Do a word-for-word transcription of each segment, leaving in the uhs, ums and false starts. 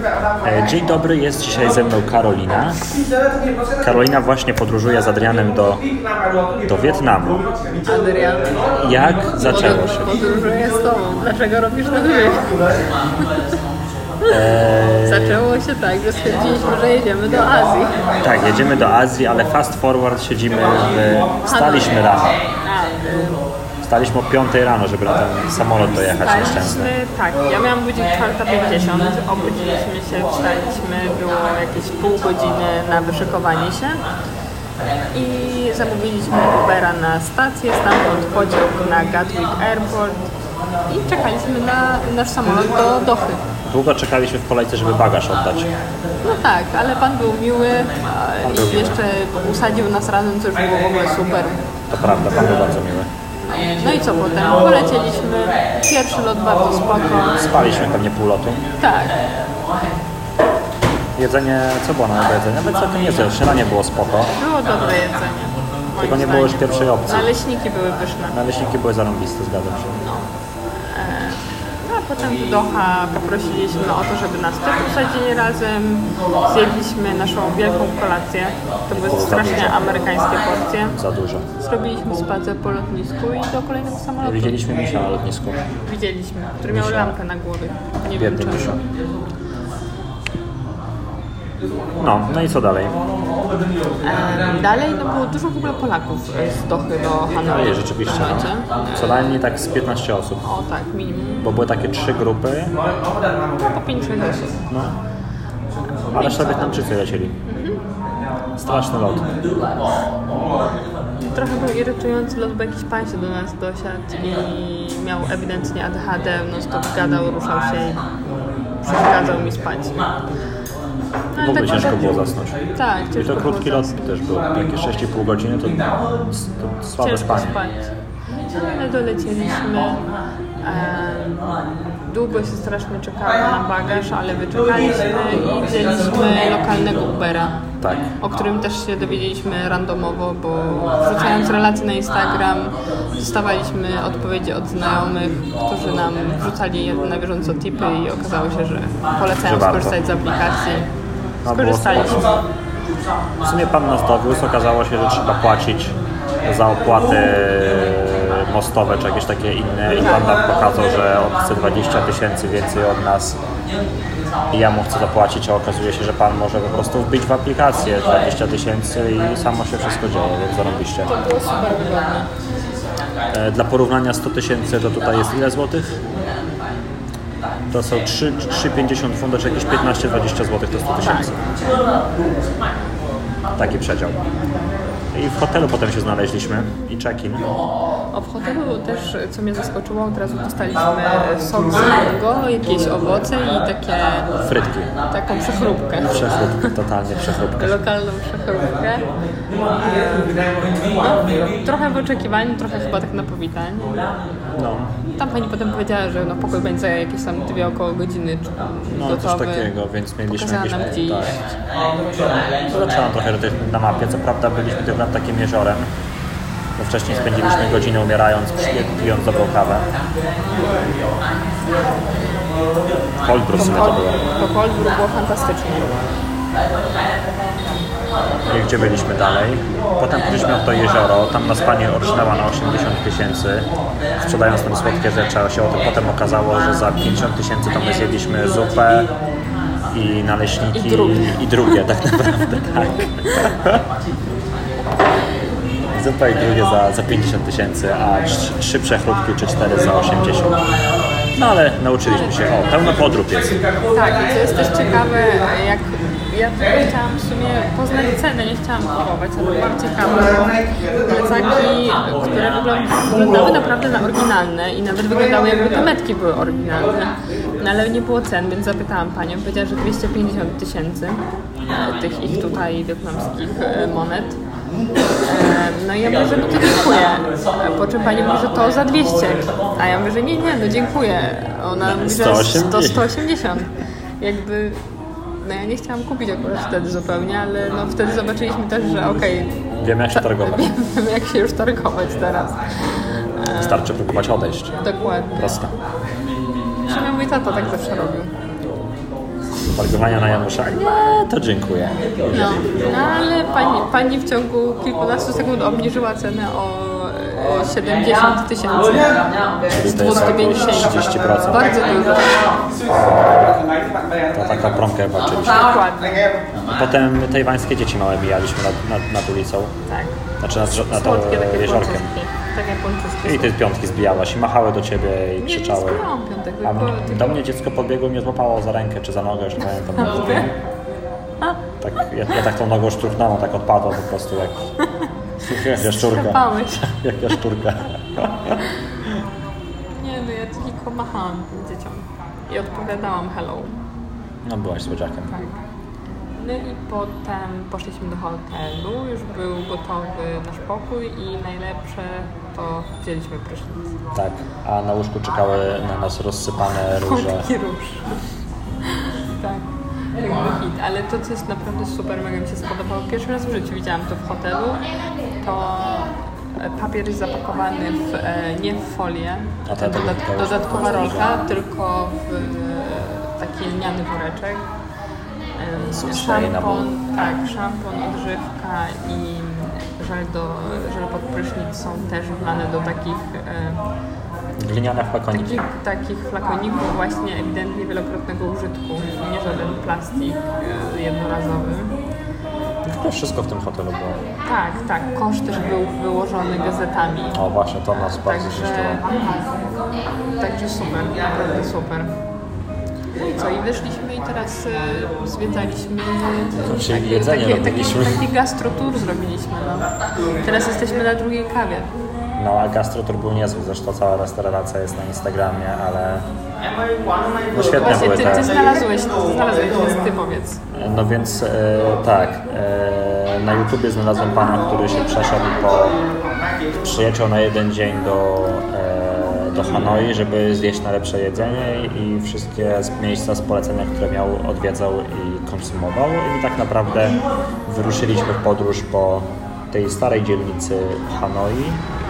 Dzień dobry, jest dzisiaj ze mną Karolina. Karolina właśnie podróżuje z Adrianem do, do Wietnamu. Adrian, Jak zaczęło się? podróżuję z tobą. Dlaczego robisz ten wywiad? Eee, Zaczęło się tak, że stwierdziliśmy, że jedziemy do Azji. tak, jedziemy do Azji, ale fast forward siedzimy w... Wstaliśmy rano. A, Wstaliśmy o piątej rano, żeby na ten samolot dojechać nieszczęsny. Staliśmy, tak, ja miałam budzik czwarta pięćdziesiąt, obudziliśmy się, wstaliśmy, było jakieś pół godziny na wyszykowanie się i zamówiliśmy Ubera na stację, stamtąd pociąg na Gatwick Airport i czekaliśmy na nasz samolot do Dochy. Długo czekaliśmy w kolejce, żeby bagaż oddać. No tak, ale pan był miły a, był i jeszcze usadził nas razem, co już było w ogóle super. To prawda, pan był bardzo miły. No i co potem? Polecieliśmy, pierwszy lot bardzo spoko. Spaliśmy pewnie pół lotu. Tak, Jedzenie, co było na jedzenie? Nawet całkiem niezłe. Śniadanie było spoko. było dobre jedzenie. moim Tylko nie zdaniem. było już pierwszej opcji. Naleśniki były pyszne. Naleśniki były zarąbiste, zgadzam się. No. E, no a potem w Doha poprosiliśmy o to, żeby nas też usadzili razem. Zjedliśmy naszą wielką kolację. To były Było za strasznie dużo. amerykańskie porcje. Za dużo. Zrobiliśmy spacer po lotnisku i do kolejnego samolotu. Widzieliśmy misia na lotnisku. Widzieliśmy, który miał Misia. lampę na głowie. Nie wiem Biedny czemu. misiu. No, no i co dalej? E, dalej no było dużo w ogóle Polaków z Dochy do Hanoi. Ojej, rzeczywiście. Słuchajcie. No. Co najmniej tak z piętnaście osób. O tak, minimum. Bo były takie trzy grupy, Po pięć sześć osób. no. A reszta Wietnamczycy lecieli. Straszny lot. Trochę był irytujący lot, bo jakiś pan się do nas dosiadł i miał ewidentnie A D H D, no stop gadał, ruszał się i przeszkadzał mi spać. No, W ogóle tak, ciężko że- było zasnąć. Tak, I ciężko to krótki było lot zasnąć. też był. Takie sześć i pół godziny to, to słabe Ciężko spanie. spać. No, ale dolecieliśmy. E, długo się strasznie czekało na bagaż, ale wyczekaliśmy i wzięliśmy lokalnego Ubera. Tak. O którym też się dowiedzieliśmy randomowo, bo wrzucając relacje na Instagram dostawaliśmy odpowiedzi od znajomych, którzy nam wrzucali na bieżąco tipy i okazało się, że polecają Że warto. skorzystać z aplikacji. No, było Skorzystaliśmy. spoko. W sumie pan nas dowiózł, okazało się, że trzeba płacić za opłaty mostowe czy jakieś takie inne i pan nam pokazał, że on chce dwadzieścia tysięcy więcej od nas i ja mu chcę zapłacić, a okazuje się, że pan może po prostu wbić w aplikację dwadzieścia tysięcy i samo się wszystko dzieje, więc zarobiście. To było super wygodne. E, Dla porównania sto tysięcy to tutaj jest ile złotych? To są trzy pięćdziesiąt funta, czy jakieś piętnaście dwadzieścia złotych to sto tysięcy. Taki przedział. I w hotelu potem się znaleźliśmy i check-in. O, w hotelu też, co mnie zaskoczyło, od razu dostaliśmy sok z mango, jakieś owoce i takie, Frytki. taką przechrupkę. Przechrupkę, totalnie przechrupkę. Lokalną przechrupkę. No, trochę w oczekiwaniu, trochę chyba tak na powitanie. No, Tam pani potem powiedziała, że no, pokój będzie za jakieś tam dwie około godziny czy no gotowy. coś takiego, więc mieliśmy Pokazała jakieś... nam gdzie tak. iść. To zaczęłam trochę tutaj na mapie, co prawda byliśmy tylko nad takim jeziorem, bo wcześniej spędziliśmy godzinę umierając, pijąc dobrą kawę. Cold brew w sumie to było. To cold brew było fantastycznie. I gdzie byliśmy dalej? Potem poszliśmy na to jezioro, tam nas pani orsznęła na osiemdziesiąt tysięcy, sprzedając nam słodkie rzeczy, a się o tym potem okazało, że za pięćdziesiąt tysięcy to my zjedliśmy zupę i naleśniki I drugie. i drugie tak naprawdę, tak. Zupę i drugie za, za pięćdziesiąt tysięcy, a trzy, trzy przechrupki czy cztery za osiemdziesiąt. No ale nauczyliśmy się, o, pełno podrób jest. Tak, i co jest też ciekawe, jak ja chciałam w sumie poznać cenę, nie chciałam kupować, ale byłam ciekawa, bo plecaki, które wyglądały naprawdę na oryginalne i nawet wyglądały jakby te metki były oryginalne, no ale nie było cen, więc zapytałam panią, powiedziała, że dwieście pięćdziesiąt tysięcy tych ich tutaj wietnamskich e, monet. E, No i ja mówię, że no to dziękuję. Po czym pani mówi, że to za dwieście. A ja mówię, że nie, nie, no dziękuję. Ona mówi, że to sto osiemdziesiąt. Jakby, no ja nie chciałam kupić akurat wtedy zupełnie, ale no wtedy zobaczyliśmy też, że okej. Okay, wiemy jak się targować. Wiemy jak się już targować teraz. E, Wystarczy próbować odejść. Dokładnie. Proste. W sumie mój tata tak zawsze robił. Parkowania na Janusza? Nie, to dziękuję. No, no ale pani, pani w ciągu kilkunastu sekund obniżyła cenę o e, siedemdziesiąt tysięcy z dwieście pięćdziesiąt. trzydzieści procent. Bardzo dużo. To taka promkę chyba oczywiście. Dokładnie. Potem tajwańskie dzieci małe mijaliśmy nad, nad, nad ulicą. Tak. Znaczy nad, nad, Słodkie takie jeziorkiem. pączki. Takie pączki. I ty piątki zbijałaś i machały do ciebie i Nie, krzyczały. nie zbijałam piątek, A tylko- m- do mnie dziecko podbiegło i mnie złapało za rękę czy za nogę, już nie pamiętam. Tak, ja, ja tak tą nogą szturchnęłam, tak odpadła po prostu jak, jak jaszczurka. Strzepałeś. Jak jaszczurka. Nie no, ja tylko machałam dzieciom i odpowiadałam hello. No byłaś słodziakiem. Tak. No i potem poszliśmy do hotelu, już był gotowy nasz pokój i najlepsze to wzięliśmy prysznic. Tak, a na łóżku czekały na nas rozsypane róże. Taki róż. Tak, tak był hit, ale to co jest naprawdę super, mega mi się spodobało. Pierwszy raz w życiu widziałam to w hotelu, to papier jest zapakowany w, e, nie w folię, A ta dodat, dodatkowa- dodatkowa rolka, tylko w e, taki lniany woreczek. E, Sustainable. Szampon, tak, szampon, odżywka i żel, do, żel pod prysznic są też wlane do takich e, Gliniane flakoniki. Takich, takich flakoników właśnie ewidentnie wielokrotnego użytku, nie żaden plastik e, jednorazowy. To wszystko w tym hotelu było. Tak, tak, kosz też był wyłożony gazetami. O właśnie, to nas bardzo Także, zniszczyło. także super, naprawdę super. No i co, i wyszliśmy i teraz e, zwiedzaliśmy, Czyli jedzenie takie, robiliśmy. taki, taki gastrotour zrobiliśmy. No. Teraz jesteśmy na drugiej kawie. No a gastrotur był niezły, zresztą cała restauracja jest na Instagramie, ale no świetne Właśnie, były ty, te... ty znalazłeś, ty znalazłeś, więc ty powiedz. No więc e, tak, e, na YouTubie znalazłem pana, który się przeszedł po... Przyjechał na jeden dzień do, e, do Hanoi, żeby zjeść najlepsze jedzenie i wszystkie z- miejsca z polecenia, które miał, odwiedzał i konsumował. I tak naprawdę wyruszyliśmy w podróż po tej starej dzielnicy Hanoi,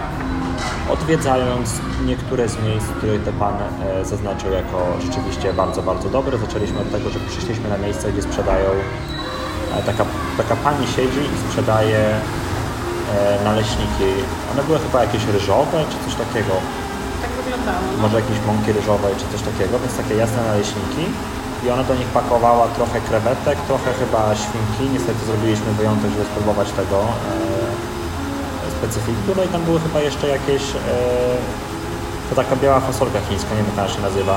odwiedzając niektóre z miejsc, które ten pan e, zaznaczył jako rzeczywiście bardzo, bardzo dobre. Zaczęliśmy od tego, że przyszliśmy na miejsce, gdzie sprzedają, e, taka, taka pani siedzi i sprzedaje e, naleśniki. One były chyba jakieś ryżowe, czy coś takiego. Tak wyglądało. Może jakieś mąki ryżowe, czy coś takiego, więc takie jasne naleśniki. I ona do nich pakowała trochę krewetek, trochę chyba świnki. Niestety zrobiliśmy wyjątek, żeby spróbować tego e, specyfiki. No i tam były chyba jeszcze jakieś, e, to taka biała fasolka chińska, nie wiem jak ona się nazywa.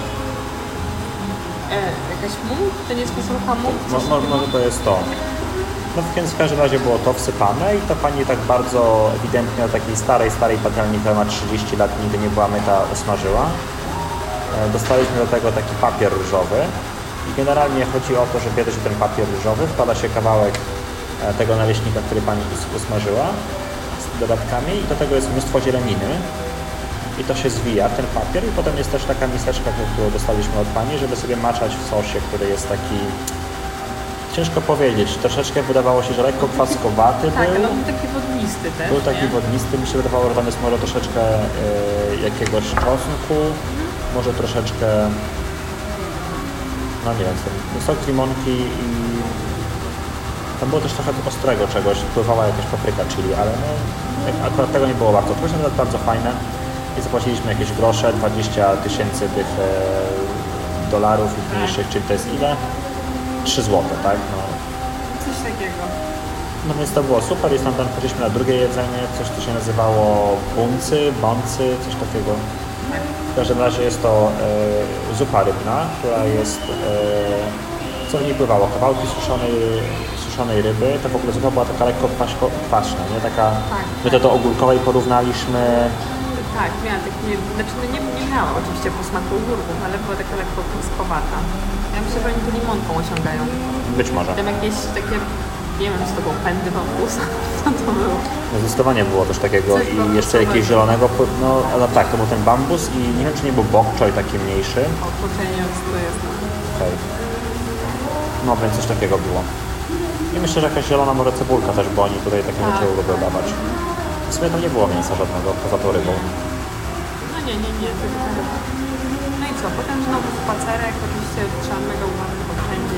E, jakaś muł? To nie jest fasolka muł? Mo, mo, może to jest to. No więc w każdym razie było to wsypane i ta pani tak bardzo ewidentnie na takiej starej, starej patelni, która ma trzydzieści lat, nigdy nie była myta, usmażyła. E, Dostaliśmy do tego taki papier ryżowy i generalnie chodzi o to, że bierze się ten papier ryżowy, wkłada się kawałek e, tego naleśnika, który pani us- usmażyła z dodatkami i do tego jest mnóstwo zieleniny i to się zwija, ten papier i potem jest też taka miseczka, którą dostaliśmy od pani, żeby sobie maczać w sosie, który jest taki, ciężko powiedzieć, troszeczkę wydawało się, że lekko kwaskowaty Tak, był. no był taki wodnisty też, Był taki nie? wodnisty, mi się wydawało, że tam jest może troszeczkę e, jakiegoś czosnku, może troszeczkę, no nie wiem, ten sok z limonki i tam było też trochę ostrego czegoś, pływała jakaś papryka chili, ale no, akurat tego nie było bardzo. To jest nawet bardzo fajne i zapłaciliśmy jakieś grosze, dwadzieścia tysięcy tych e, dolarów i mniejszych, czyli to jest ile? trzy złote, tak? No. Coś takiego. No więc to było super i tam poszliśmy na drugie jedzenie, coś co się nazywało buncy, boncy, coś takiego. W każdym razie jest to e, zupa rybna, która jest, e, co w niej pływało, kawałki suszonej, suszonej ryby, to w ogóle zupa była taka lekko kwaśko, kwaśna, nie? Taka, Tak. my to do ogórkowej porównaliśmy, Tak, miała taki, znaczy no nie, nie miała oczywiście posmaku ogórków, ale była taka lekko kwaskowata. Ja myślę, że oni to limonką osiągają. być może. Tam jakieś takie, nie wiem, z tego pędy bambusa, co to było? No zdecydowanie było coś takiego Coś i bambusowego. jeszcze jakiegoś zielonego, pły- no, no tak, to był ten bambus i nie wiem czy nie był bok choy taki mniejszy. O, kurczę, nie wiem, co to jest. No. Okej. No więc coś takiego było. I myślę, że jakaś zielona może cebulka też, bo oni tutaj takie Tak. rzeczy lubią dawać. W sumie tam nie było mięsa żadnego, poza tą rybą. No nie, nie, nie, tylko ta ryba. No i co, potem znowu spacerek, oczywiście trzeba mega uważać, bo wszędzie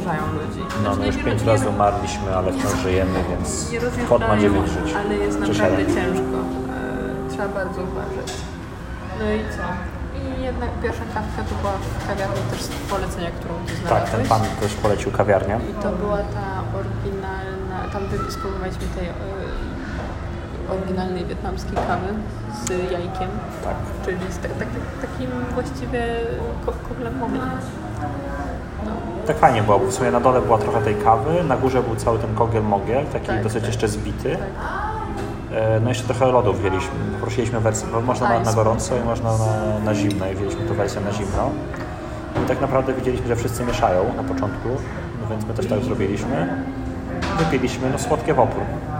rozjeżdżają ludzi. No, Znaczy, my już nie- pięć nie- razy umarliśmy, ale wciąż żyjemy, więc nie rozjeżdżają, kot ma dziewięć żyć. ale jest Czy naprawdę siedem. ciężko. E, trzeba bardzo uważać. No i co? I jednak pierwsza kawka to była w kawiarni też z polecenia, którą ty znalazłeś. Tak, ten pan też polecił kawiarnię. I to była ta oryginalna, tam wy- spróbowaliśmy tej e, oryginalnej wietnamskiej kawy z jajkiem. Tak. Czyli z tak, tak, takim właściwie ko- koglem mogli. Tak fajnie było, bo w sumie na dole była trochę tej kawy, na górze był cały ten kogiel-mogiel, taki Tak, dosyć tak. jeszcze zbity. Tak. E, No jeszcze trochę lodów wzięliśmy, poprosiliśmy wersję, bo można na, na gorąco i można na, na zimno i wzięliśmy tę wersję na zimno. I tak naprawdę widzieliśmy, że wszyscy mieszają na początku, no więc my też tak zrobiliśmy. Wypiliśmy, no słodkie w opór.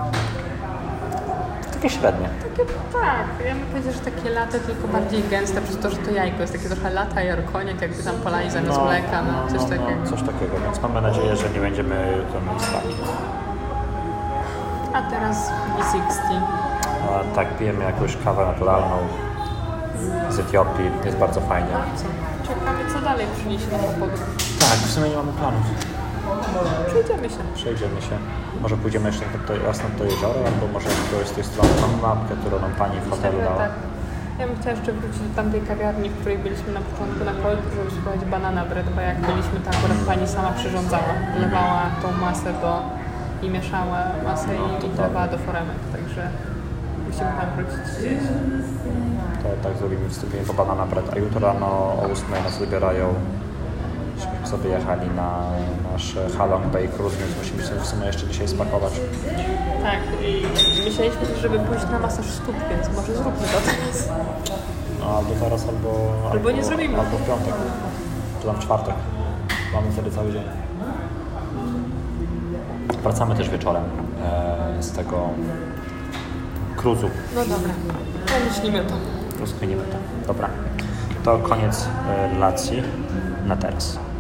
Takie średnie. Takie, tak, ja bym powiedziała, że takie late, tylko bardziej gęste, przez to, że to jajko jest takie trochę lata i koniak, jakby tam polali zamiast mleka, no, coś no, takiego. No, coś takiego, więc mamy nadzieję, że nie będziemy jutro mieli spali. A teraz V sześćdziesiąt. A tak, pijemy jakąś kawę naturalną z Etiopii, jest bardzo fajnie. Co? Czekamy, co dalej przyniesie nam podróż. Tak, w sumie nie mamy planów. Przejdziemy się. Przejdziemy się. Może pójdziemy jeszcze do, raz na to jezioro, albo może którąś z tej strony mamy mapkę, którą nam pani w hotelu Myślę, że dała. tak. Ja bym chciała jeszcze wrócić do tamtej kawiarni, w której byliśmy na początku na kolku, żeby spróbować banana bread, bo jak byliśmy, to akurat pani sama przyrządzała. Wlewała tą masę do... i mieszała masę i to wlewała do foremek, także musimy tam wrócić gdzieś. To tak zrobimy, wstąpimy po banana bread, a jutro rano o ósmej nas wybierają, żebyśmy sobie jechali na nasz Halong Bay Cruise, więc musimy się w sumie jeszcze dzisiaj spakować. Tak, i myśleliśmy też, żeby pójść na masaż stóp, więc może zróbmy to teraz. No, albo teraz, albo... Albo nie zrobimy. Albo w piątek, czy tam w czwartek. Mamy wtedy cały dzień. Wracamy też wieczorem e, z tego cruise'u. No dobra, pomyślimy to. Rozkminimy to. Dobra. To koniec e, relacji na teraz.